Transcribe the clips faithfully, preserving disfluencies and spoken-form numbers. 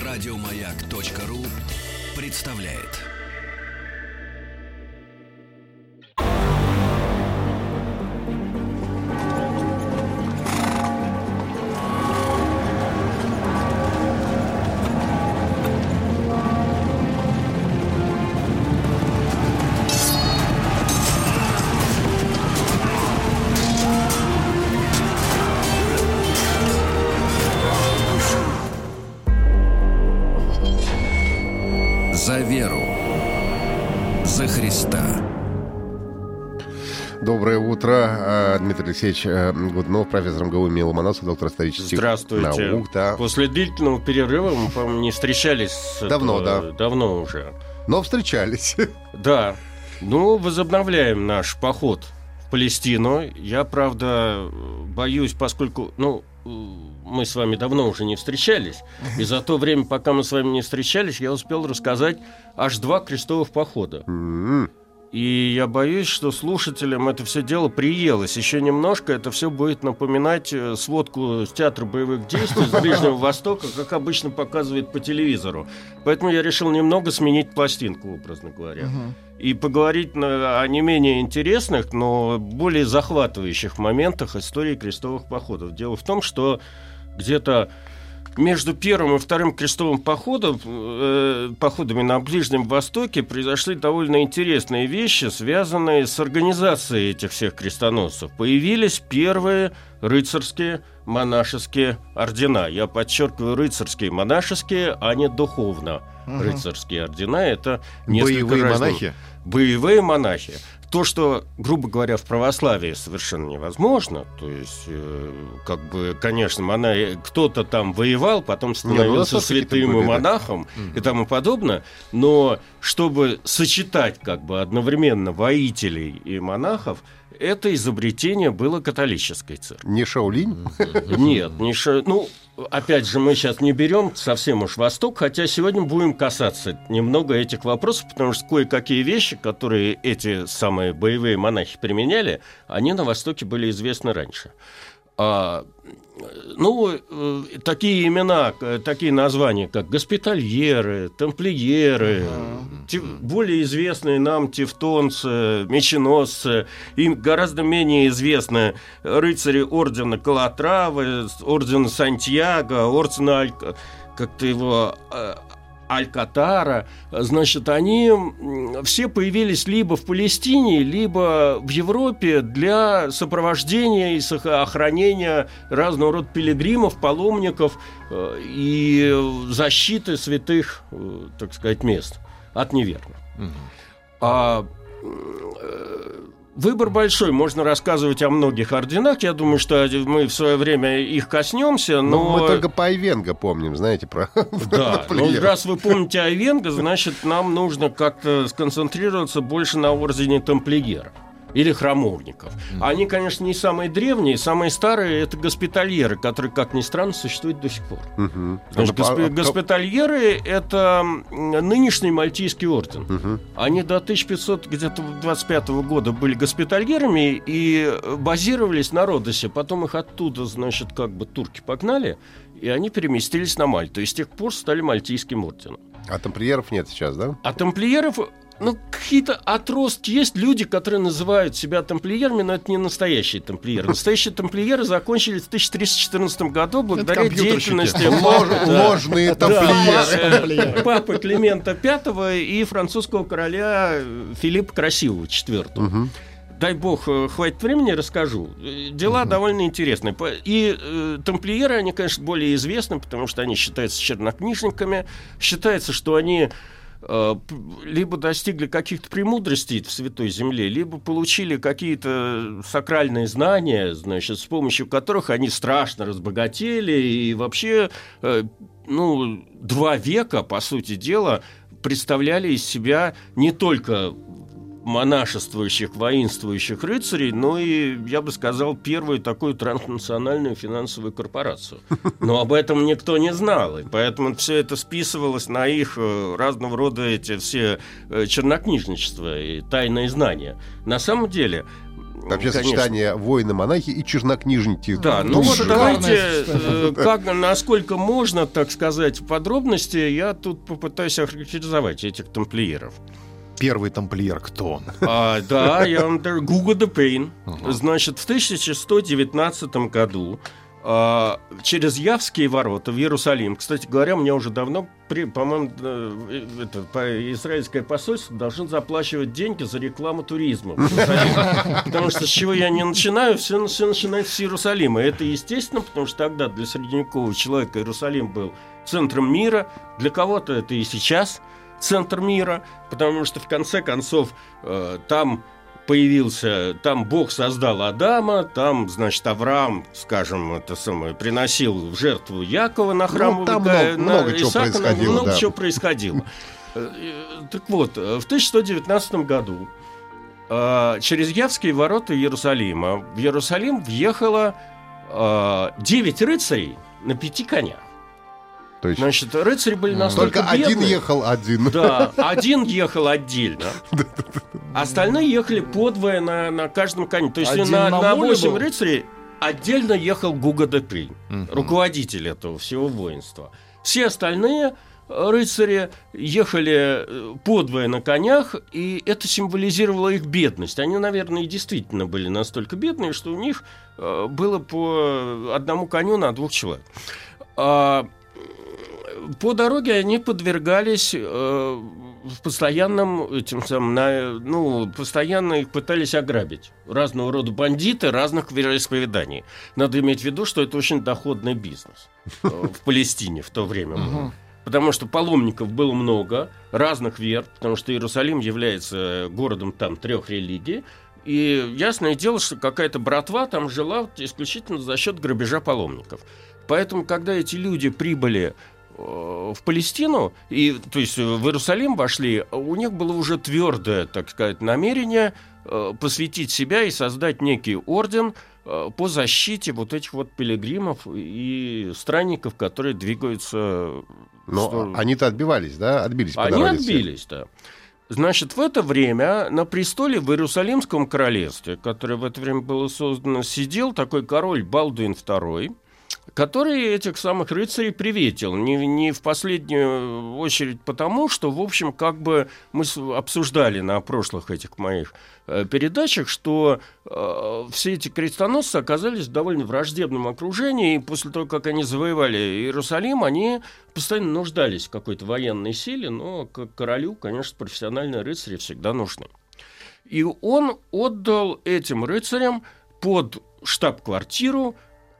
Радиомаяк.ру представляет. За веру, за Христа. Доброе утро, Дмитрий Алексеевич Годунов, профессор МГУ имени Ломоносов, доктор исторических Здравствуйте. наук. Да. После длительного перерыва мы, по-моему, не встречались. Давно, этого, да. Давно уже. Но встречались. Да. Ну, возобновляем наш поход в Палестину. Я, правда, боюсь, поскольку... ну, мы с вами давно уже не встречались, и за то время, пока мы с вами не встречались, я успел рассказать аж два крестовых похода. Mm-hmm. И я боюсь, что слушателям это все дело приелось. Еще немножко это все будет напоминать сводку с театра боевых действий с Ближнего Востока, как обычно показывает по телевизору. Поэтому я решил немного сменить пластинку, образно говоря. Uh-huh. И поговорить на, о не менее интересных, но более захватывающих моментах истории крестовых походов. Дело в том, что где-то между первым и вторым крестовым походом, э, походами на Ближнем Востоке произошли довольно интересные вещи, связанные с организацией этих всех крестоносцев. Появились первые рыцарские монашеские ордена. Я подчеркиваю, рыцарские монашеские, а не духовно. Угу. Рыцарские ордена — это несколько боевые разных. монахи? Боевые монахи. То, что, грубо говоря, в православии совершенно невозможно, то есть, э, как бы, конечно, монах... кто-то там воевал, потом становился Нет, святым и монахом угу. и тому подобное, но чтобы сочетать, как бы, одновременно воителей и монахов, это изобретение было католической церкви. Не Шаолинь? Нет, не Шаолинь. Ну, опять же, мы сейчас не берем совсем уж Восток, хотя сегодня будем касаться немного этих вопросов, потому что кое-какие вещи, которые эти самые боевые монахи применяли, они на Востоке были известны раньше. А, ну, такие имена, такие названия, как госпитальеры, тамплиеры, uh-huh. те, более известные нам тевтонцы, меченосцы, им гораздо менее известны рыцари ордена Калатравы, ордена Сантьяго, ордена Аль... как-то его... Аль-Катара, значит, они все появились либо в Палестине, либо в Европе для сопровождения и охранения разного рода пилигримов, паломников и защиты святых, так сказать, мест от неверных. Угу. А выбор большой, можно рассказывать о многих орденах. Я думаю, что мы в свое время их коснемся. Но, но мы только по Айвенго помним, знаете, про... Да, но раз вы помните Айвенго, значит, нам нужно как-то сконцентрироваться больше на ордене тамплиеров или храмовников. Mm-hmm. Они, конечно, не самые древние, самые старые — это госпитальеры, которые, как ни странно, существуют до сих пор. Mm-hmm. Значит, госп... а, госпитальеры — это нынешний Мальтийский орден. Mm-hmm. Они до тысяча пятьсот двадцать пятого года были госпитальерами и базировались на Родосе. Потом их оттуда, значит, как бы турки погнали, и они переместились на Мальту. И с тех пор стали Мальтийским орденом. А тамплиеров нет сейчас, да? А тамплиеров... Ну, какие-то отростки есть, люди, которые называют себя тамплиерами, но это не настоящие тамплиеры. Настоящие тамплиеры закончились в тысяча триста четырнадцатом году благодаря деятельности ложные тамплиеры папы Климента Пятого и французского короля Филиппа Красивого Четвертого. Дай бог, хватит времени, расскажу. Дела uh-huh. довольно интересные. И э, тамплиеры, они, конечно, более известны, потому что они считаются чернокнижниками. Считается, что они э, либо достигли каких-то премудростей в Святой Земле, либо получили какие-то сакральные знания, значит, с помощью которых они страшно разбогатели. И вообще, э, ну, два века, по сути дела, представляли из себя не только монашествующих, воинствующих рыцарей, но и, я бы сказал, первую такую транснациональную финансовую корпорацию. Но об этом никто не знал, и поэтому все это списывалось на их разного рода эти все чернокнижничества и тайные знания. На самом деле, Вообще конечно, сочетание воины-монахи и чернокнижники. Да, ну вот давайте, э, как, насколько можно, так сказать, подробности, я тут попытаюсь охарактеризовать этих тамплиеров. Первый тамплиер кто он? А, да, я вам говорю, Гуго де Пейн. Uh-huh. Значит, в тысяча сто девятнадцатом году а, через Явские ворота в Иерусалим, кстати говоря, мне уже давно, при, по-моему, это, по, израильское посольство должно заплачивать деньги за рекламу туризма в Иерусалиме. Потому что с чего я не начинаю, все, все начинается с Иерусалима. Это естественно, потому что тогда для средневекового человека Иерусалим был центром мира, для кого-то это и сейчас центр мира, потому что в конце концов э, там появился, там Бог создал Адама, там, значит, Авраам, скажем, это самое, приносил в жертву Якова на храм, ну, там на, много, много на чего Исаака, происходило, много да. чего происходило. Так вот, в тысяча сто девятнадцатом году э, через Явские ворота Иерусалима в Иерусалим въехало э, девять рыцарей на пяти конях. То есть... Значит, рыцари были настолько Только бедные. один ехал один. Да, один ехал отдельно. Остальные ехали подвое на, на каждом коне. То есть на, на восемь рыцарей отдельно ехал Гуго де Пейн, uh-huh. руководитель этого всего воинства. Все остальные рыцари ехали подвое на конях, и это символизировало их бедность. Они, наверное, и действительно были настолько бедные, что у них было по одному коню на двух человек. По дороге они подвергались э, постоянным этим самым, на, ну, постоянно их пытались ограбить. Разного рода бандиты разных вероисповеданий. Надо иметь в виду, что это очень доходный бизнес э, в Палестине в то время был. Потому что паломников было много, разных вер, потому что Иерусалим является городом там трех религий. И ясное дело, что какая-то братва там жила исключительно за счет грабежа паломников. Поэтому, когда эти люди прибыли в Палестину, и, то есть в Иерусалим вошли, у них было уже твердое, так сказать, намерение э, посвятить себя и создать некий орден э, по защите вот этих вот пилигримов и странников, которые двигаются... Но они-то отбивались, да? Отбились по Они дороге отбились, да. Значит, в это время на престоле в Иерусалимском королевстве, которое в это время было создано, сидел такой король Балдуин второй, который этих самых рыцарей приветил. Не, не в последнюю очередь потому, что, в общем, как бы мы обсуждали на прошлых этих моих э, передачах, что э, все эти крестоносцы оказались в довольно враждебном окружении, и после того, как они завоевали Иерусалим, они постоянно нуждались в какой-то военной силе, но как королю, конечно, профессиональные рыцари всегда нужны. И он отдал этим рыцарям под штаб-квартиру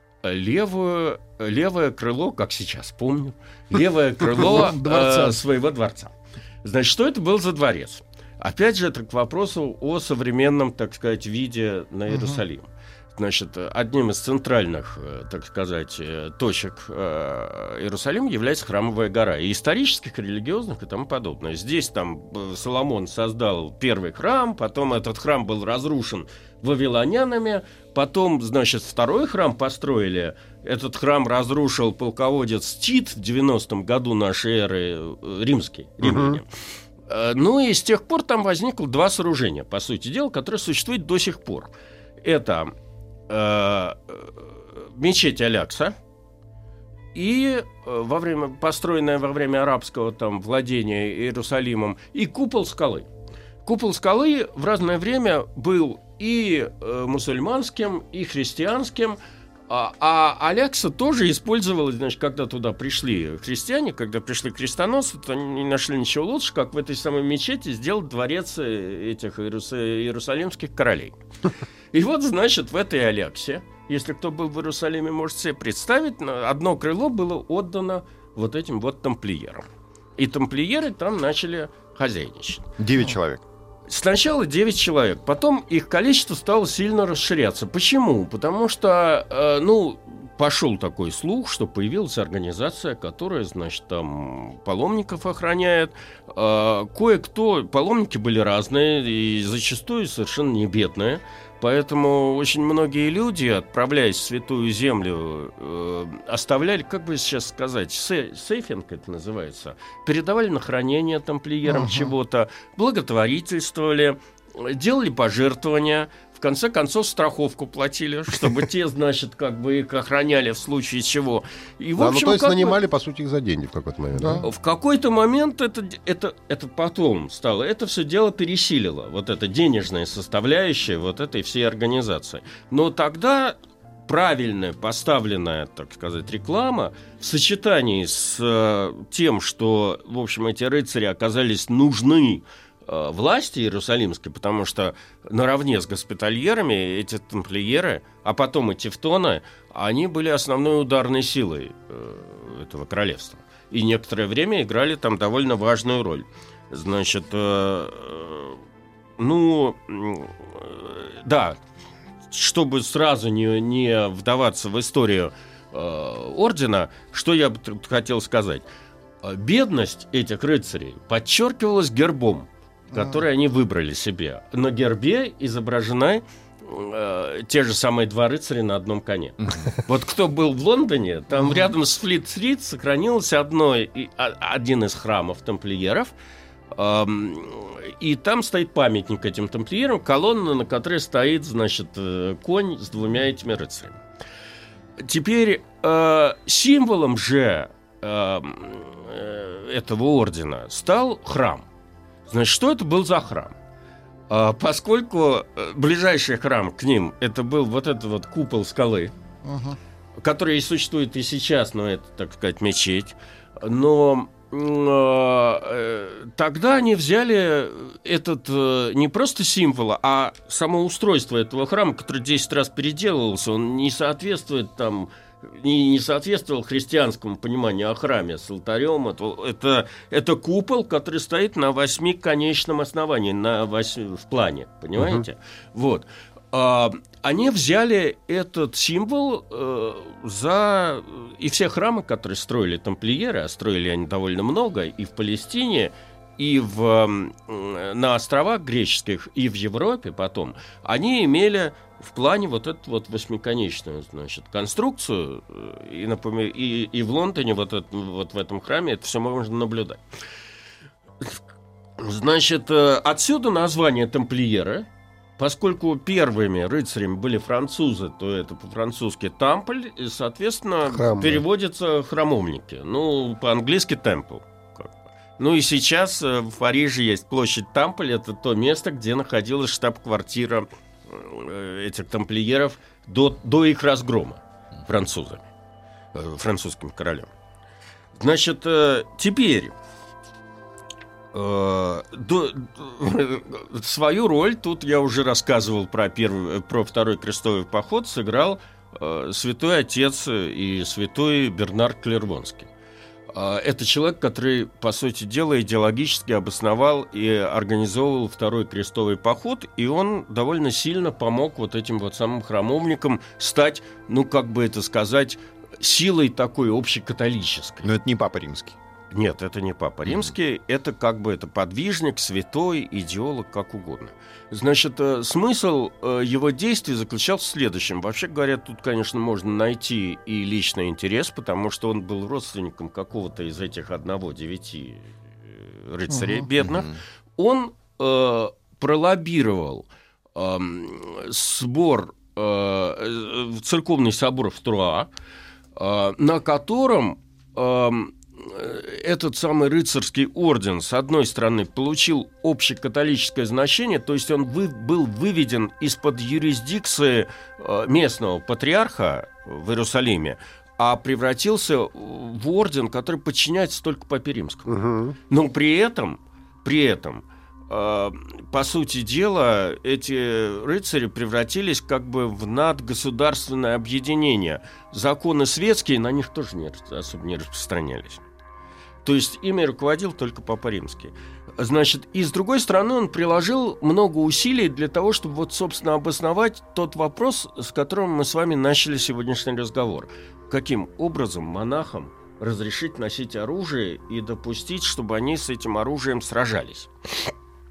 Левое, левое крыло, как сейчас помню, левое крыло э, своего дворца. Значит, что это был за дворец? Опять же, это к вопросу о современном, так сказать, виде на Иерусалим. Значит, одним из центральных, так сказать, точек Иерусалима является Храмовая гора. И исторических, и религиозных, и тому подобное. Здесь там Соломон создал первый храм, потом этот храм был разрушен вавилонянами, потом, значит, второй храм построили. Этот храм разрушил полководец Тит в девяностом году нашей эры, римский, римляне. Uh-huh. Ну и с тех пор там возникло два сооружения, по сути дела, которые существуют до сих пор. Это э, мечеть Алякса и во время, построенная во время арабского там владения Иерусалимом, и купол скалы. Купол скалы в разное время был и э, мусульманским, и христианским, а, а Алякса тоже использовалась, значит, когда туда пришли христиане, когда пришли крестоносцы, то они не нашли ничего лучше, как в этой самой мечети сделать дворец этих иерус... иерусалимских королей. И вот, значит, в этой Аляксе, если кто был в Иерусалиме, может себе представить, одно крыло было отдано вот этим вот тамплиерам. И тамплиеры там начали хозяйничать. Девять человек. Сначала девять человек, потом их количество стало сильно расширяться. Почему? Потому что, э, ну, пошел такой слух, что появилась организация, которая, значит, там паломников охраняет. Э, кое-кто, паломники были разные и зачастую совершенно не бедные. Поэтому очень многие люди, отправляясь в Святую Землю, э, оставляли, как бы сейчас сказать, се- сейфинг это называется, передавали на хранение тамплиерам uh-huh. чего-то, благотворительствовали, делали пожертвования. В В конце концов, страховку платили, чтобы те, значит, как бы их охраняли в случае чего. И, в Да, общем, ну, то есть как бы- нанимали, по сути, их за деньги в какой-то момент. Да. В какой-то момент это, это, это потом стало, это все дело пересилило, вот эта денежная составляющая вот этой всей организации. Но тогда правильная поставленная, так сказать, реклама в сочетании с э, тем, что, в общем, эти рыцари оказались нужны э, власти Иерусалимской, потому что наравне с госпитальерами эти тамплиеры, а потом и тевтоны, они были основной ударной силой э, этого королевства. И некоторое время играли там довольно важную роль. Значит, э, э, ну, э, да, чтобы сразу не, не вдаваться в историю э, ордена, что я бы тут хотел сказать. Бедность этих рыцарей подчеркивалась гербом, который они выбрали себе. На гербе изображены э, те же самые два рыцаря на одном коне. Вот кто был в Лондоне, там рядом с Флит-стрит сохранился одно, и, а, один из храмов тамплиеров. И там стоит памятник этим тамплиерам, колонна, на которой стоит, значит, конь с двумя этими рыцарями. Теперь э, символом же э, этого ордена стал храм. Значит, что это был за храм? Э, поскольку ближайший храм к ним это был вот этот вот купол скалы, uh-huh. который и существует и сейчас, но это, так сказать, мечеть. Но тогда они взяли этот не просто символ, а само устройство этого храма, который десять раз переделывался, он не соответствует там, не, не соответствовал христианскому пониманию о храме с алтарем. Это, это, это купол, который стоит на восьмиконечном основании, на восьми, в плане, понимаете? Uh-huh. Вот. А, они взяли этот символ э, за... И все храмы, которые строили тамплиеры, а строили они довольно много, и в Палестине, и в, э, на островах греческих, и в Европе потом, они имели в плане вот эту вот восьмиконечную, значит, конструкцию, и, напомню, и, и в Лондоне вот, это, вот в этом храме это все можно наблюдать. Значит, э, отсюда название тамплиеры. Поскольку первыми рыцарями были французы, то это по-французски «тампль», и, соответственно, Храм, переводится «храмовники». Ну, по-английски «темпл». Ну и сейчас в Париже есть площадь Тампль. Это то место, где находилась штаб-квартира этих тамплиеров до, до их разгрома французами, французским королем. Значит, теперь... Э, до, свою роль тут я уже рассказывал про первый, про второй крестовый поход сыграл э, святой отец и святой Бернард Клервонский. Э, это человек, который, по сути дела, идеологически обосновал и организовывал второй крестовый поход, и он довольно сильно помог вот этим вот самым храмовникам стать, ну, как бы это сказать, силой такой общекатолической. Но это не Папа Римский. Нет, это не Папа Римский, mm-hmm. это как бы это подвижник, святой, идеолог, как угодно. Значит, э, смысл э, его действий заключался в следующем. Вообще говоря, тут, конечно, можно найти и личный интерес, потому что он был родственником какого-то из этих одного девяти э, рыцарей mm-hmm. бедных. Mm-hmm. Он э, пролоббировал э, сбор, э, церковный собор в Труа, э, на котором... Э, этот самый рыцарский орден, с одной стороны, получил общекатолическое значение, то есть он вы, был выведен из-под юрисдикции э, местного патриарха в Иерусалиме, а превратился в орден, который подчиняется только Папе Римскому. Угу. Но при этом, при этом э, по сути дела, эти рыцари превратились как бы в надгосударственное объединение. Законы светские на них тоже не, особо не распространялись. То есть ими руководил только Папа Римский. Значит, и с другой стороны, он приложил много усилий для того, чтобы вот, собственно, обосновать тот вопрос, с которым мы с вами начали сегодняшний разговор. Каким образом монахам разрешить носить оружие и допустить, чтобы они с этим оружием сражались?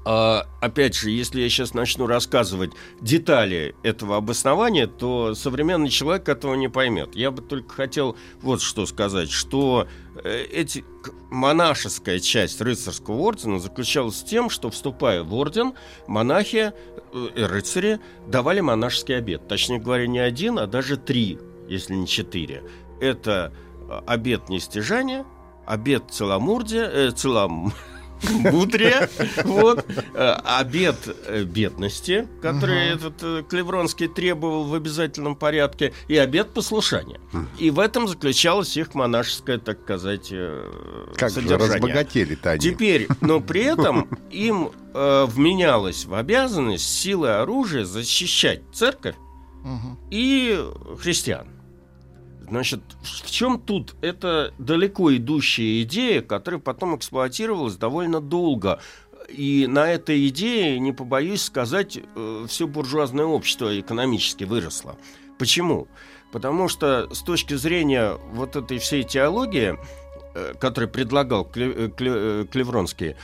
А, опять же, если я сейчас начну рассказывать детали этого обоснования, то современный человек этого не поймет. Я бы только хотел вот что сказать, что эти, монашеская часть рыцарского ордена заключалась в том, что, вступая в орден, монахи и рыцари давали монашеский обет. Точнее говоря, не один, а даже три, если не четыре. Это обет нестяжания, обет целомудрия, э, целом... Мудрее, вот, обет бедности, который uh-huh. этот Клевронский требовал в обязательном порядке, и обет послушания. Uh-huh. И в этом заключалось их монашеское, так сказать, как содержание. Как же разбогатели-то они. Теперь, но при этом им э, вменялось в обязанность силой оружия защищать церковь uh-huh. и христиан. Значит, в чем тут эта далеко идущая идея, которая потом эксплуатировалась довольно долго. И на этой идее, не побоюсь сказать, все буржуазное общество экономически выросло. Почему? Потому что с точки зрения вот этой всей теологии, которую предлагал Клевронский,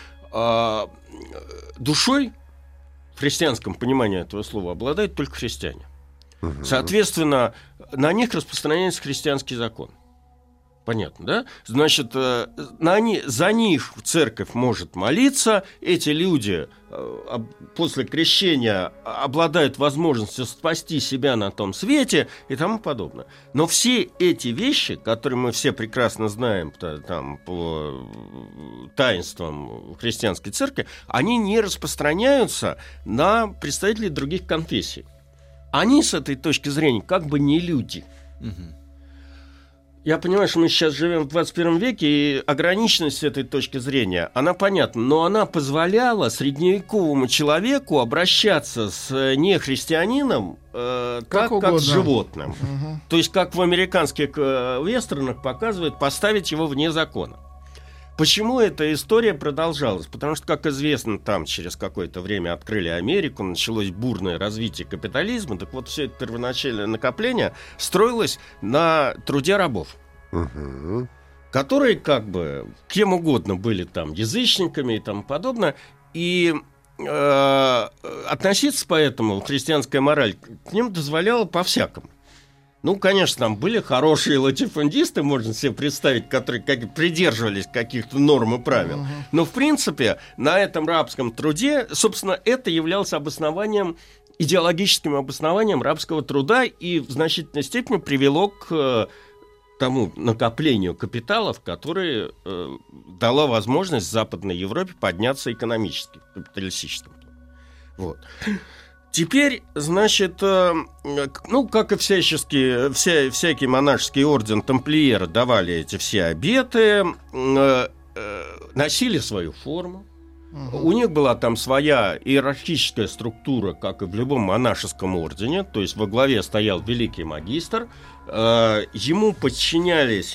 душой, в христианском понимании этого слова, обладают только христиане. Соответственно, на них распространяется христианский закон. Понятно, да? Значит, на они, за них церковь может молиться, эти люди после крещения обладают возможностью спасти себя на том свете и тому подобное. Но все эти вещи, которые мы все прекрасно знаем там, по таинствам христианской церкви, они не распространяются на представителей других конфессий. Они с этой точки зрения как бы не люди. Угу. Я понимаю, что мы сейчас живем в двадцать первом веке, и ограниченность с этой точки зрения, она понятна, но она позволяла средневековому человеку обращаться с нехристианином э, как, как, как с животным. Угу. То есть, как в американских э, вестернах показывают, поставить его вне закона. Почему эта история продолжалась? Потому что, как известно, там через какое-то время открыли Америку, началось бурное развитие капитализма. Так вот, все это первоначальное накопление строилось на труде рабов, угу. которые как бы кем угодно были там язычниками и тому подобное. И э, относиться поэтому христианская мораль к ним дозволяла по-всякому. Ну, конечно, там были хорошие латифундисты, можно себе представить, которые как, придерживались каких-то норм и правил. Uh-huh. Но, в принципе, на этом рабском труде, собственно, это являлось обоснованием, идеологическим обоснованием рабского труда и в значительной степени привело к тому накоплению капиталов, которое э, дало возможность Западной Европе подняться экономически, капиталистическим. Вот. Теперь, значит, ну, как и всячески, вся, всякий монашеский орден тамплиеры давали эти все обеты, носили свою форму. Угу. У них была там своя иерархическая структура, как и в любом монашеском ордене, то есть во главе стоял великий магистр, ему подчинялись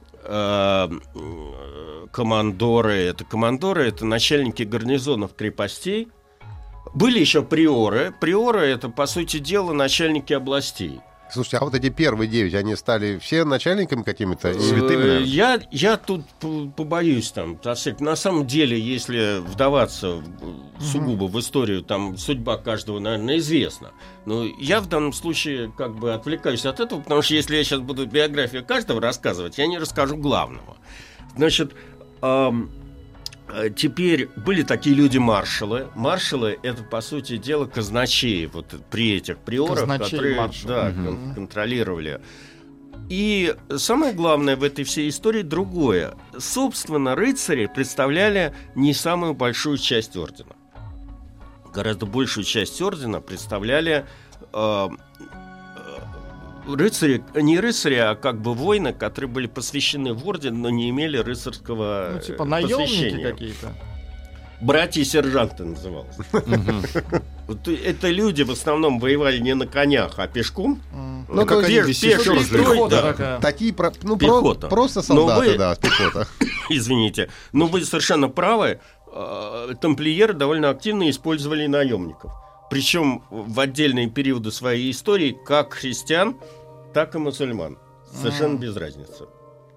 командоры, это командоры, это начальники гарнизонов крепостей. Были еще приоры. Приоры — это, по сути дела, начальники областей. Слушайте, а вот эти первые девять, они стали все начальниками какими-то? Святыми? Я, я тут побоюсь там. На самом деле, если вдаваться сугубо в историю, там судьба каждого, наверное, известна. Но я в данном случае как бы отвлекаюсь от этого, потому что если я сейчас буду биографию каждого рассказывать, я не расскажу главного. Значит, эм, теперь были такие люди-маршалы. Маршалы — это, по сути дела, казначеи вот при этих приорах, казначей, которые да, угу. контролировали. И самое главное в этой всей истории другое. Собственно, рыцари представляли не самую большую часть ордена. Гораздо большую часть ордена представляли э, рыцари, не рыцари, а как бы воины, которые были посвящены в орден, но не имели рыцарского ну, типа наемники посвящения. Какие-то. Братья-сержанты называлось. Это люди в основном воевали не на конях, а пешком. Ну, как они пеший строй, да. Такие, ну, просто солдаты, да, пехота. Извините, но вы совершенно правы. Тамплиеры довольно активно использовали наемников. Причем в отдельные периоды своей истории как христиан, так и мусульман. Совершенно без разницы.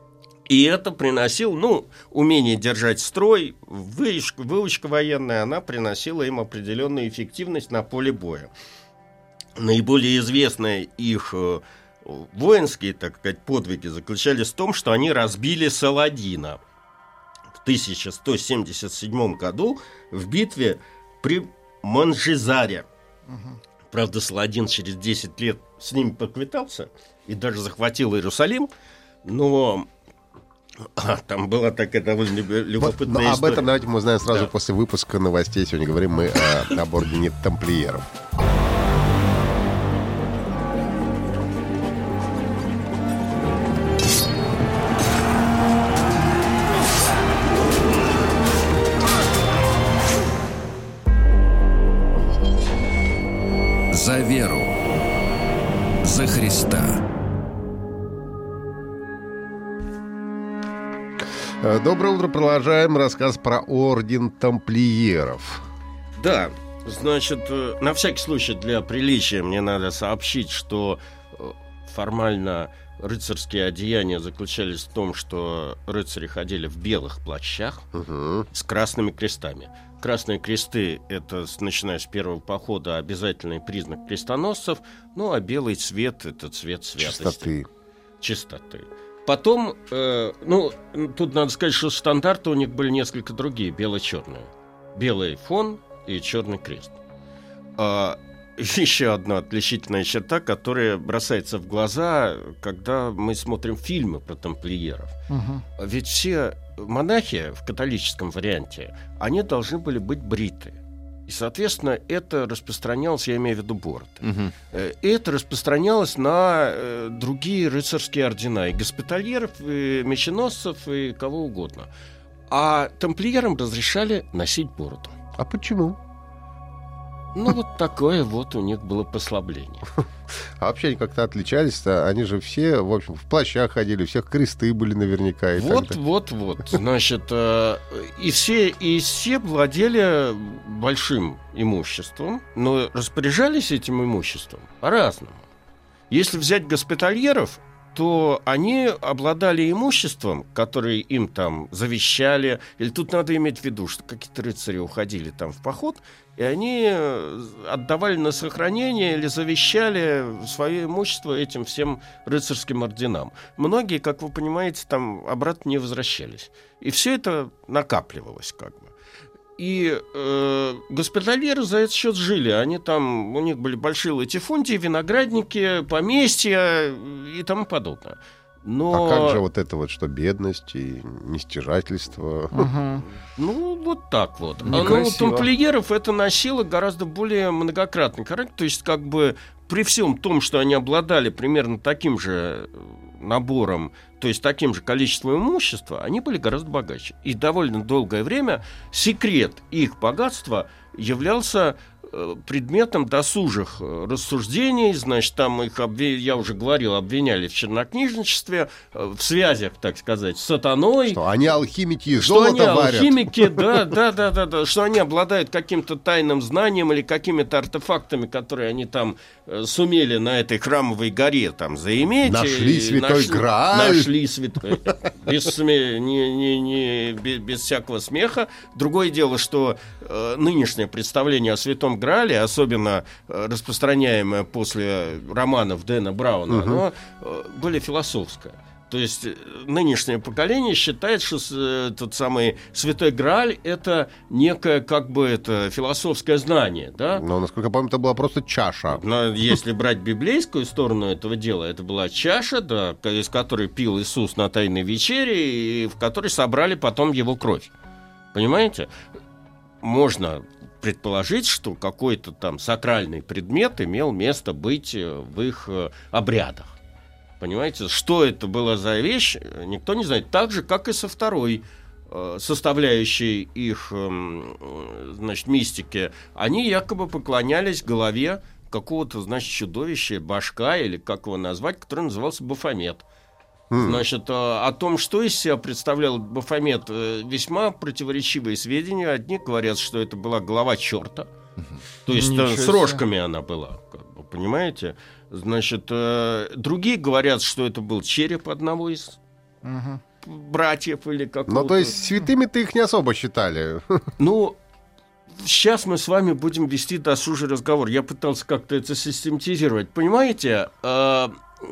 И это приносило, ну, умение держать строй, выучка, выучка военная, она приносила им определенную эффективность на поле боя. Наиболее известные их э, воинские, так сказать, подвиги заключались в том, что они разбили Саладина в тысяча сто семьдесят седьмом году в битве при Манжизаре. Угу. Правда, Саладин через десять лет с ними поквитался и даже захватил Иерусалим, но... А, там была такая довольно любопытная вот, история. Об этом давайте мы узнаем сразу да. после выпуска новостей. Сегодня говорим мы о, об ордене тамплиеров. За веру. За Христа. Доброе утро. Продолжаем рассказ про орден тамплиеров. Да, значит, на всякий случай для приличия мне надо сообщить, что формально рыцарские одеяния заключались в том, что рыцари ходили в белых плащах угу. с красными крестами. Красные кресты — это, начиная с первого похода, обязательный признак крестоносцев, ну а белый цвет — это цвет святости. Чистоты. Чистоты. Потом, э, ну, тут надо сказать, что стандарты у них были несколько другие, бело-черные. Белый фон и черный крест. А, еще одна отличительная черта, которая бросается в глаза, когда мы смотрим фильмы про тамплиеров. Угу. Ведь все монахи в католическом варианте, они должны были быть бриты. И, соответственно, это распространялось, я имею в виду бороды. Угу. И это распространялось на э, другие рыцарские ордена, и госпитальеров, и меченосцев, и кого угодно. А тамплиерам разрешали носить бороду. А почему? Ну, вот такое вот у них было послабление. А вообще они как-то отличались-то? Они же все, в общем, в плащах ходили, у всех кресты были наверняка. И вот, вот, вот. Значит, э, и, все, и все владели большим имуществом, но распоряжались этим имуществом по-разному. Если взять госпитальеров, то они обладали имуществом, которое им там завещали. Или тут надо иметь в виду, что какие-то рыцари уходили там в поход, и они отдавали на сохранение или завещали свое имущество этим всем рыцарским орденам. Многие, как вы понимаете, там обратно не возвращались. И все это накапливалось как бы. И э, госпитальеры за этот счет жили. Они там, у них были большие латифундии, виноградники, поместья и тому подобное. Но... А как же вот это вот, что бедность и нестяжательство? Угу. Ну, вот так вот. Но у тамплиеров это носило гораздо более многократный характер. То есть, как бы при всем том, что они обладали примерно таким же набором, то есть таким же количеством имущества, они были гораздо богаче. И довольно долгое время секрет их богатства являлся предметом досужих рассуждений. Значит, там их, обвиняли, я уже говорил, обвиняли в чернокнижничестве, в связях, так сказать, с сатаной. Что они алхимики и что золото они варят. Алхимики, да, да, да, да, да, что они обладают каким-то тайным знанием или какими-то артефактами, которые они там сумели на этой храмовой горе там заиметь. Нашли святой нашли, Грааль. Нашли святой. Без, не, не, не, без, без всякого смеха. Другое дело, что э, нынешнее представление о святом Граале, особенно э, распространяемое после романов Дэна Брауна, угу. оно э, более философское. То есть нынешнее поколение считает, что э, тот самый святой Грааль — это некое как бы это философское знание, да? Но, насколько я помню, это была просто чаша. Но если брать библейскую сторону этого дела, это была чаша, да, из которой пил Иисус на Тайной вечере, и в которой собрали потом его кровь. Понимаете? Можно предположить, что какой-то там сакральный предмет имел место быть в их обрядах. Понимаете, что это была за вещь, никто не знает. Так же, как и со второй э, составляющей их э, значит, мистики. Они якобы поклонялись голове какого-то, значит, чудовища, башка, или как его назвать, который назывался Бафомет. Mm. Значит, о том, что из себя представлял Бафомет, весьма противоречивые сведения. Одни говорят, что это была голова черта, mm-hmm. то есть с рожками она была, как бы, понимаете? Значит, другие говорят, что это был череп одного из uh-huh. братьев или какого-то... Ну, то есть святыми-то их не особо считали. Ну, сейчас мы с вами будем вести досужий разговор. Я пытался как-то это систематизировать. Понимаете, э,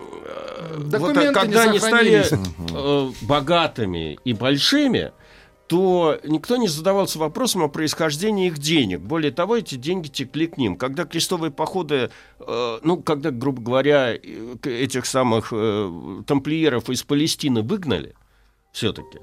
э, вот, когда они стали э, богатыми и большими, то никто не задавался вопросом о происхождении их денег. Более того, эти деньги текли к ним. Когда крестовые походы, э, ну, когда, грубо говоря, этих самых э, тамплиеров из Палестины выгнали, все-таки,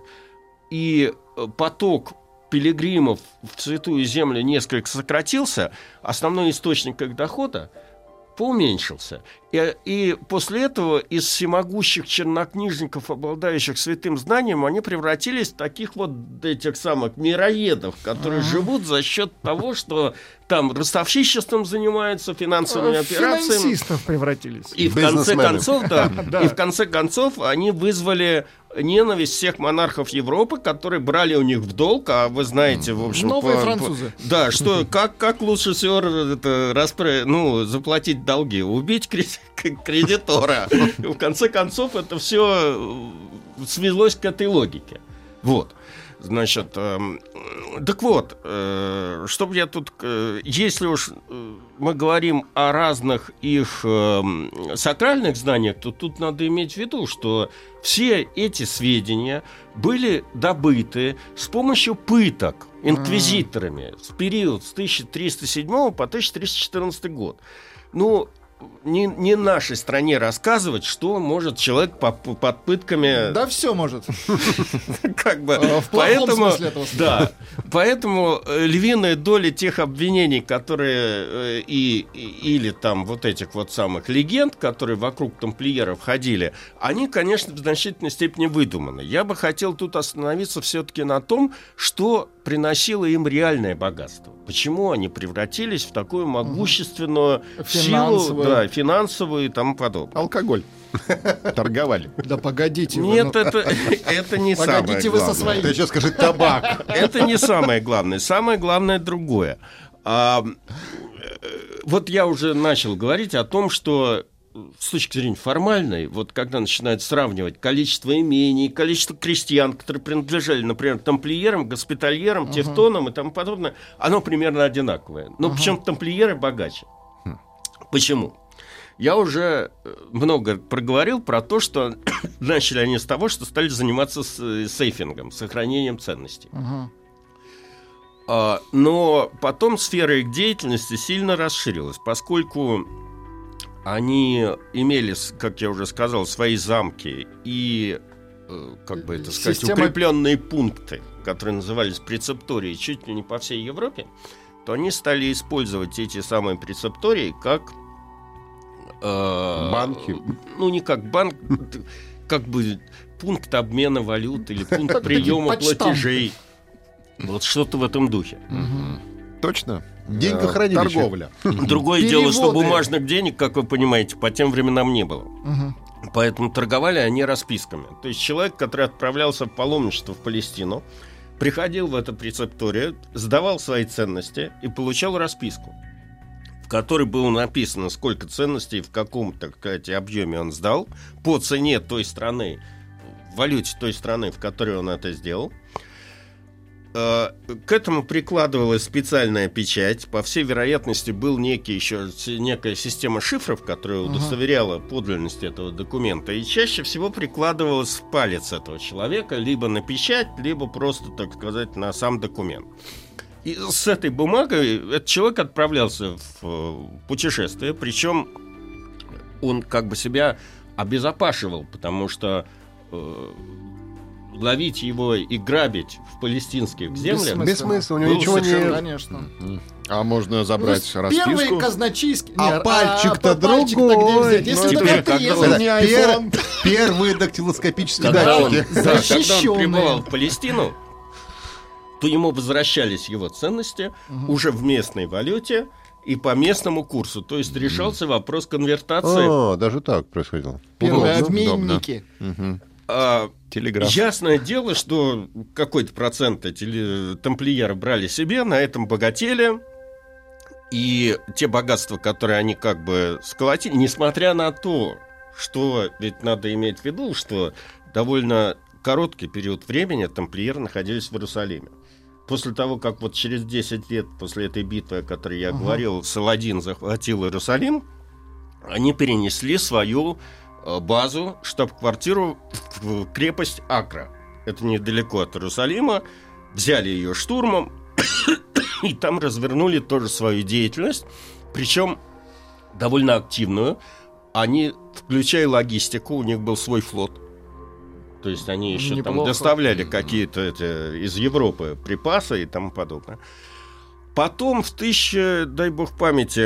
и поток пилигримов в Святую Землю несколько сократился, основной источник их дохода поуменьшился. И, и после этого из всемогущих чернокнижников, обладающих святым знанием, они превратились в таких вот этих самых мироедов, которые uh-huh. живут за счет того, что там ростовщичеством занимаются, финансовыми операциями. Финансистов превратились. И в конце концов, да, и в конце концов они вызвали ненависть всех монархов Европы, которые брали у них в долг, а вы знаете, в общем... Новые по, французы. По, да, что, как, как лучше всего это, распро... ну, заплатить долги? Убить кредитора. И в конце концов это все свелось к этой логике. Вот. Значит, э, так вот, э, чтобы я тут, э, если уж э, мы говорим о разных их э, сакральных знаниях, то тут надо иметь в виду, что все эти сведения были добыты с помощью пыток инквизиторами в период с тысяча триста седьмого по тысяча триста четырнадцатый год. Ну, Не, не нашей стране рассказывать, что может человек по, по, под пытками... Да все может. Как бы, в плохом смысле этого слова. Да, поэтому львиная доля тех обвинений, которые и, и, или там вот этих вот самых легенд, которые вокруг тамплиеров ходили, они, конечно, в значительной степени выдуманы. Я бы хотел тут остановиться все-таки на том, что приносило им реальное богатство. Почему они превратились в такую могущественную силу, да, финансовую и тому подобное. Алкоголь. Торговали. Да погодите. Нет, это, это не самое главное. Погодите вы со своим. Ты сейчас скажи табак. Это не самое главное. Самое главное другое. А, вот я уже начал говорить о том, что с точки зрения формальной, вот когда начинают сравнивать количество имений, количество крестьян, которые принадлежали, например, тамплиерам, госпитальерам, uh-huh. тевтонам и тому подобное, оно примерно одинаковое. Но uh-huh. причем тамплиеры богаче. Huh. Почему? Я уже много проговорил про то, что начали они с того, что стали заниматься с, сейфингом, сохранением ценностей. Uh-huh. А, но потом сфера их деятельности сильно расширилась, поскольку они имели, как я уже сказал, свои замки и, как бы это сказать, Система... укрепленные пункты, которые назывались прецептории, чуть ли не по всей Европе, то они стали использовать эти самые прецептории как... Э, банки? Ну, не как банк, как бы пункт обмена валют или пункт приема платежей. Вот что-то в этом духе. Точно? Деньгохранилище. Торговля. Другое Переводы. дело, что бумажных денег, как вы понимаете, по тем временам не было. Угу. Поэтому торговали они расписками. То есть человек, который отправлялся в паломничество в Палестину, приходил в эту прецепторию, сдавал свои ценности и получал расписку, в которой было написано, сколько ценностей в каком, так сказать, объеме он сдал, по цене той страны, в валюте той страны, в которой он это сделал. К этому прикладывалась специальная печать. По всей вероятности, был некий еще некая система шифров, которая удостоверяла подлинность этого документа. И чаще всего прикладывалась в палец этого человека, либо на печать, либо просто, так сказать, на сам документ. И с этой бумагой этот человек отправлялся в путешествие. Причем он как бы себя обезопашивал, потому что ловить его и грабить в палестинских землях без смысла, у него ничего не... Конечно. А можно забрать Ну, расписку? Первый казначейский... А Нет, пальчик-то а пальчик-то другой. где взять? Ну, Если это только когда отрезать. он- Не Пер- айфон. Первые дактилоскопические Когда он, датчики. да, когда он Защищенные. прибывал в Палестину, то ему возвращались его ценности уже в местной валюте и по местному курсу. То есть решался вопрос конвертации. А, даже так происходило. Первые Удобно. обменники. А, Телеграф. ясное дело, что какой-то процент эти ли- тамплиеры брали себе, на этом богатели. И те богатства, которые они как бы сколотили, несмотря на то, что ведь надо иметь в виду, что довольно короткий период времени тамплиеры находились в Иерусалиме. После того, как вот через десять лет после этой битвы, о которой я uh-huh. говорил, Саладин захватил Иерусалим, они перенесли свою э, базу, штаб-квартиру в крепость Акра. Это недалеко от Иерусалима. Взяли ее штурмом и там развернули тоже свою деятельность, причем довольно активную. Они, включая логистику, у них был свой флот. То есть они еще Неплохо. там доставляли какие-то это, из Европы припасы и тому подобное. Потом в тысяча, дай бог памяти,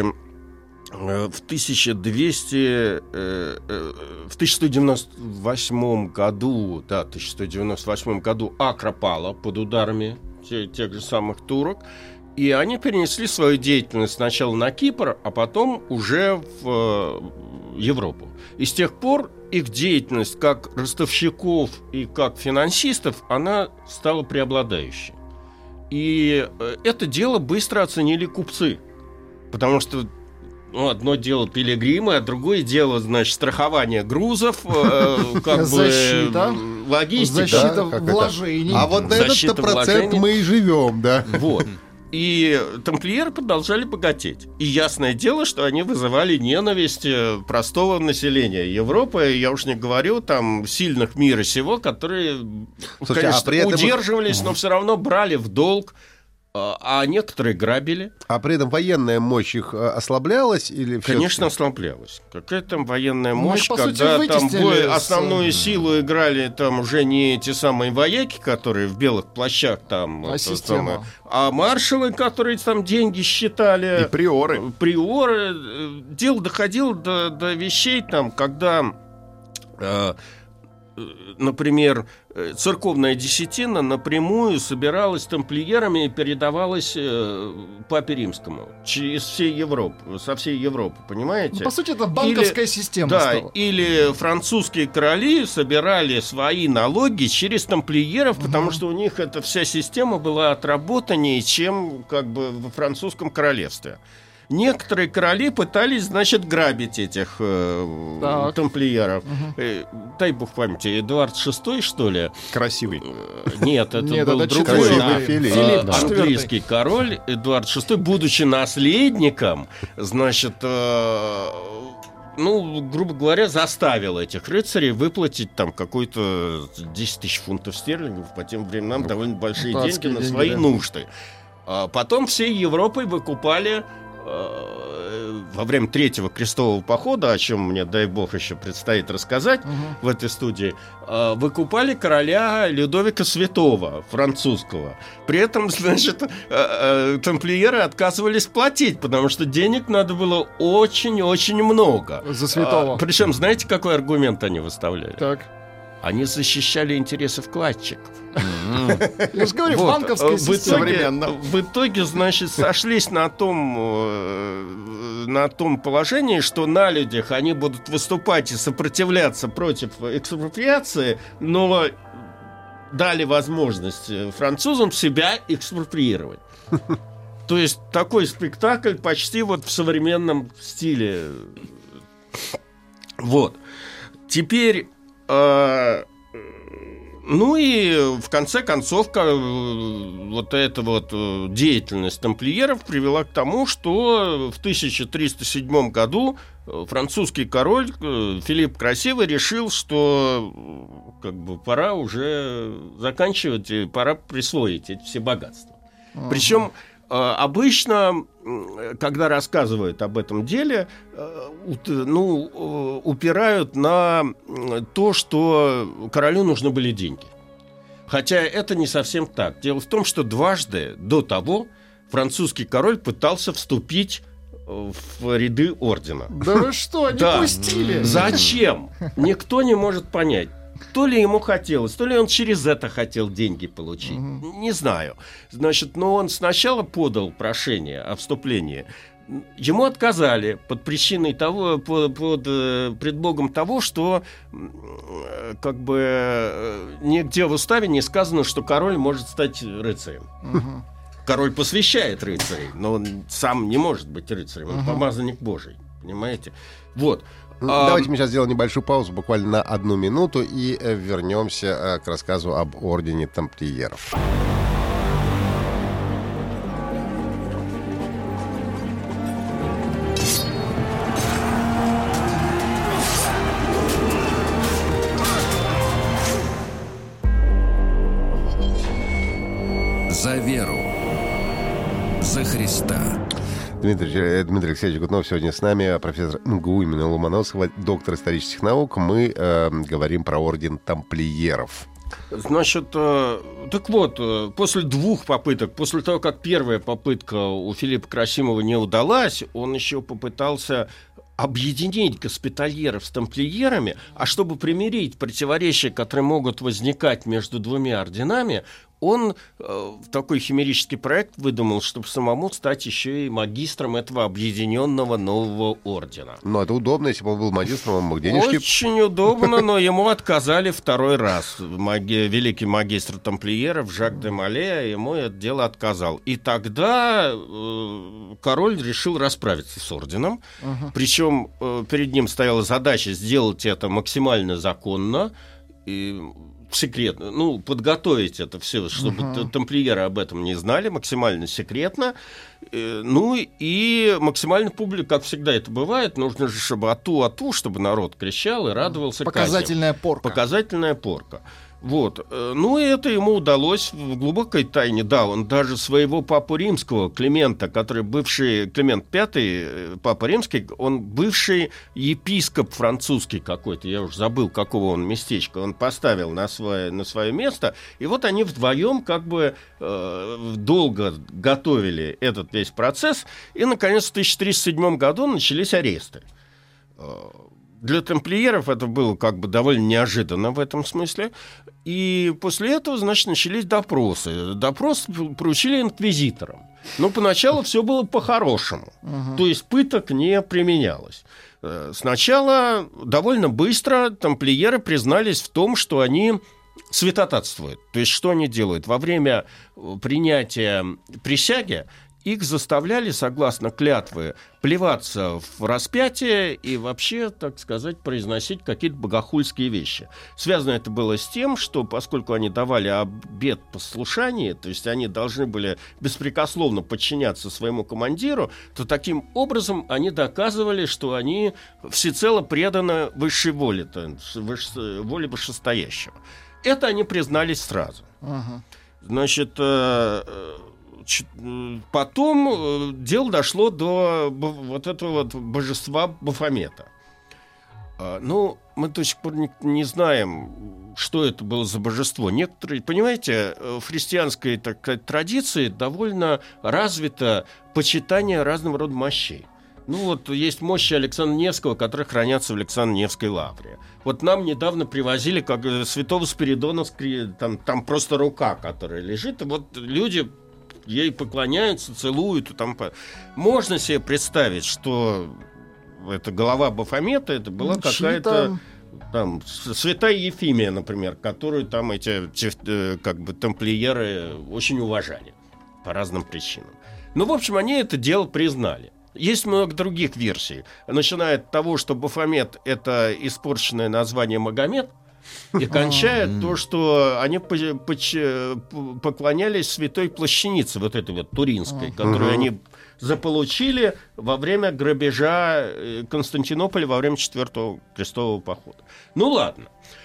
в тысяча двести, в тысяча сто девяносто восьмом году, да, тысяча сто девяносто восьмом году Акра пала под ударами тех, тех же самых турок, и они перенесли свою деятельность сначала на Кипр, а потом уже в Европу. И с тех пор их деятельность как ростовщиков и как финансистов, она стала преобладающей. И это дело быстро оценили купцы, потому что ну, одно дело пилигримы, а другое дело, значит, страхование грузов, э, как защита, бы логистика. Защита да, вложений. А вот на этот процент мы и живем, да. Вот. И тамплиеры продолжали богатеть. И ясное дело, что они вызывали ненависть простого населения Европы. Я уж не говорю там сильных мира сего, которые, Слушайте, конечно, а при этом... удерживались, но все равно брали в долг, а некоторые грабили. А при этом военная мощь их ослаблялась? Или Конечно, ослаблялась. Какая там военная мощь, ну, сути, когда там бой, с... основную силу играли там уже не те самые вояки, которые в белых плащах там, а, самое, а маршалы, которые там деньги считали. И приоры. Приоры. Дело доходило до, до вещей, там, когда... Э, например, церковная десятина напрямую собиралась тамплиерами и передавалась э, Папе Римскому через всей Европы, со всей Европы, понимаете? Ну, по сути, это банковская или, система да, стала. или французские короли собирали свои налоги через тамплиеров, угу. потому что у них эта вся система была отработаннее, чем как бы во французском королевстве. Некоторые короли пытались, значит, грабить этих э, тамплиеров. Угу. Э, дай бог памяти, Эдуард шестой, что ли? Красивый. Э, нет, это нет, был это другой четвертый. Филипп, э, да. английский король Эдуард шестой, будучи наследником, значит, э, ну, грубо говоря, заставил этих рыцарей выплатить там какой-то десять тысяч фунтов стерлингов, по тем временам ну, довольно большие деньги на свои да. нужды. А потом всей Европой выкупали во время Третьего крестового похода, о чем мне, дай бог, еще предстоит рассказать угу. в этой студии, выкупали короля Людовика Святого, французского. При этом, значит, тамплиеры отказывались платить, потому что денег надо было очень-очень много. За святого. Причем, знаете, какой аргумент они выставляли? Так. Они защищали интересы вкладчиков. Я же говорю, банковская система. В итоге, значит, сошлись на том, на том положении, что на людях они будут выступать и сопротивляться против экспроприации, но дали возможность французам себя экспроприировать. То есть такой спектакль почти вот в современном стиле. Вот. Теперь... Ну и в конце концов вот эта вот деятельность тамплиеров привела к тому, что в тысяча триста седьмом году французский король Филипп Красивый решил, что как бы пора уже заканчивать и пора присвоить эти все богатства. Uh-huh. Причем обычно, когда рассказывают об этом деле, ну, упирают на то, что королю нужны были деньги. Хотя это не совсем так. Дело в том, что дважды до того французский король пытался вступить в ряды ордена. Да вы что, не да. пустили? Зачем? Никто не может понять. То ли ему хотелось, то ли он через это хотел деньги получить. Uh-huh. Не знаю. Значит, но он сначала подал прошение о вступлении. Ему отказали под причиной того, под, под предлогом того, что как бы нигде в уставе не сказано, что король может стать рыцарем. Uh-huh. Король посвящает рыцарей, но он сам не может быть рыцарем. Он uh-huh. помазанник Божий. Понимаете? Вот. А... Давайте мы сейчас сделаем небольшую паузу, буквально на одну минуту, и э, вернемся э, к рассказу об ордене тамплиеров. За веру. За Христа. Дмитрий, Дмитрий Алексеевич Гутнов сегодня с нами, профессор МГУ имени Ломоносова, доктор исторических наук. Мы э, говорим про орден тамплиеров. Значит, э, так вот, э, после двух попыток, после того, как первая попытка у Филиппа Красимова не удалась, он еще попытался объединить госпитальеров с тамплиерами, а чтобы примирить противоречия, которые могут возникать между двумя орденами, он э, такой химерический проект выдумал, чтобы самому стать еще и магистром этого объединенного нового ордена. Ну, это удобно, если бы он был магистром, он мог денежки... Очень удобно, но ему отказали второй раз. Маги... Великий магистр тамплиеров Жак де Моле ему это дело отказал. И тогда э, король решил расправиться с орденом. Uh-huh. Причем э, перед ним стояла задача сделать это максимально законно и секретно, ну, подготовить это все, чтобы uh-huh. тамплиеры об этом не знали, максимально секретно. Ну и максимально публика, как всегда это бывает, нужно же, чтобы ату-ату, чтобы народ кричал и радовался. Показательная казням. порка. Показательная порка. Вот. Ну и это ему удалось в глубокой тайне. Да, он даже своего папу римского, Климента, который бывший, Климент Пятый, папа римский, он бывший епископ французский какой-то, я уже забыл, какого он местечка, он поставил на свое, на свое место, и вот они вдвоем как бы э, долго готовили этот весь процесс, и, наконец, в тысяча триста седьмом году начались аресты. Для тамплиеров это было как бы довольно неожиданно в этом смысле. И после этого, значит, начались допросы. Допрос поручили инквизиторам. Но поначалу все было по-хорошему. Uh-huh. То есть пыток не применялось. Сначала довольно быстро тамплиеры признались в том, что они святотатствуют. То есть что они делают? Во время принятия присяги их заставляли, согласно клятвы, плеваться в распятие и вообще, так сказать, произносить какие-то богохульские вещи. Связано это было с тем, что поскольку они давали обет послушания, то есть они должны были беспрекословно подчиняться своему командиру, то таким образом они доказывали, что они всецело преданы высшей воле, то есть высшей воле вышестоящего. Это они признались сразу. Uh-huh. Значит... Потом дело дошло до вот этого вот божества Бафомета. Ну, мы до сих пор не, не знаем, что это было за божество. Некоторые, понимаете, в христианской, так сказать, традиции довольно развито почитание разного рода мощей. Ну вот есть мощи Александра Невского, которые хранятся в Александро-Невской лавре. Вот нам недавно привозили как святого Спиридона, там, там просто рука, которая лежит, и вот люди ей поклоняются, целуют. Там... Можно себе представить, что это голова Бафомета, это была ну, какая-то там, святая Ефимия, например, которую там эти как бы тамплиеры очень уважали по разным причинам. Ну, в общем, они это дело признали. Есть много других версий. Начиная от того, что Бафомет — это испорченное название Магомед, и кончает то, что они поклонялись святой плащанице, вот этой вот туринской, которую они заполучили во время грабежа Константинополя во время четвертого крестового похода. Ну ладно.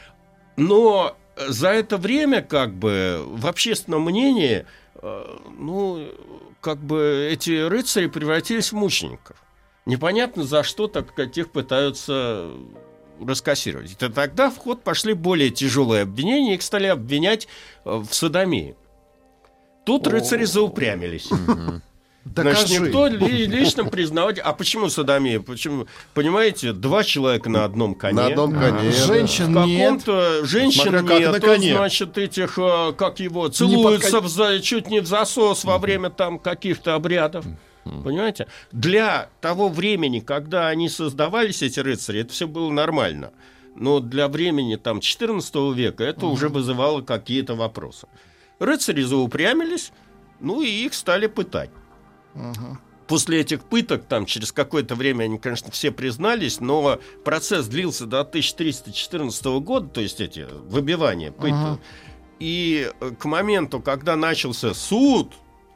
Но за это время как бы в общественном мнении ну, как бы эти рыцари превратились в мучеников. Непонятно, за что так тех пытаются раскассировать. И тогда в ход пошли более тяжелые обвинения, их стали обвинять в содомии. Тут рыцари заупрямились. Значит, никто ли, лично признавать... А почему содомия? Почему? Понимаете, два человека на одном коне. На одном коне. А, женщин в нет. Женщин нет. То, значит, этих, как его, целуются под... в, чуть не в засос во время там каких-то обрядов. Понимаете? Для того времени, когда они создавались, эти рыцари, это все было нормально. Но для времени там четырнадцатого века это uh-huh. уже вызывало какие-то вопросы. Рыцари заупрямились, ну и их стали пытать. Uh-huh. После этих пыток, там, через какое-то время они, конечно, все признались, но процесс длился до тысяча триста четырнадцатого года, то есть эти выбивания пыток. Uh-huh. И к моменту, когда начался суд,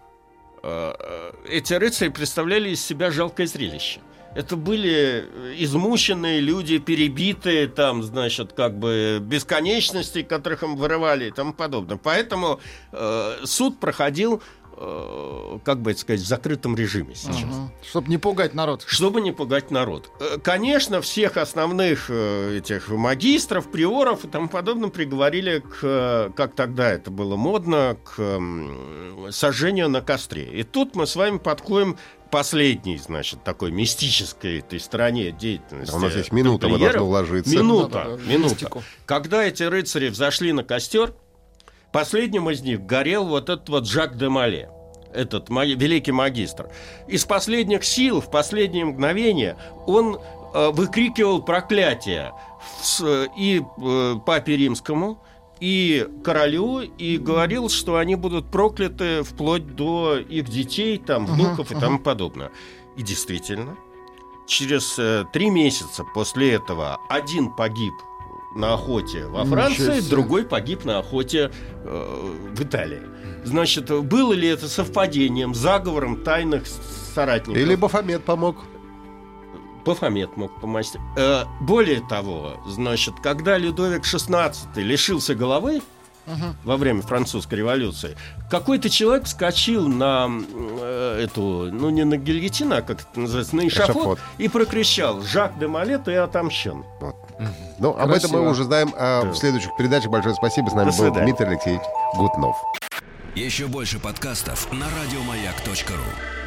эти рыцари представляли из себя жалкое зрелище. Это были измученные люди, перебитые, там, значит, как бы бесконечности, которых им вырывали и тому подобное. Поэтому э, суд проходил, э, как бы это сказать, в закрытом режиме сейчас. Ага. Чтобы не пугать народ. Чтобы не пугать народ. Конечно, всех основных э, этих магистров, приоров и тому подобное приговорили к, как тогда это было модно, к э, сожжению на костре. И тут мы с вами подходим последней, значит, такой мистической этой стороне деятельности. А у нас есть минута, мы должны уложиться. Минута, да, да, минута. мистику. Когда эти рыцари взошли на костер, последним из них горел вот этот вот Жак де Моле, этот маги- великий магистр. Из последних сил, в последние мгновения, он э, выкрикивал проклятие с, и э, папе римскому, и королю, и говорил, что они будут прокляты вплоть до их детей, там, внуков uh-huh, и тому uh-huh. подобное. И действительно, через э, три месяца после этого один погиб на охоте во Франции, другой погиб на охоте э, в Италии. Значит, было ли это совпадением, заговором тайных соратников? Или Бафомет помог? Бафомет мог помочь. Э, более того, значит, когда Людовик шестнадцатый лишился головы uh-huh. во время французской революции, какой-то человек вскочил на э, эту, ну не на гильотину, а как это называется, на эшафот, эшафот. И прокричал: «Жак де Моле, ты отомщен». Вот. Uh-huh. Ну, об этом мы уже знаем а, да. в следующих передачах. Большое спасибо. С нами был Дмитрий Алексеевич Гутнов. Еще больше подкастов на радиомаяк точка ру.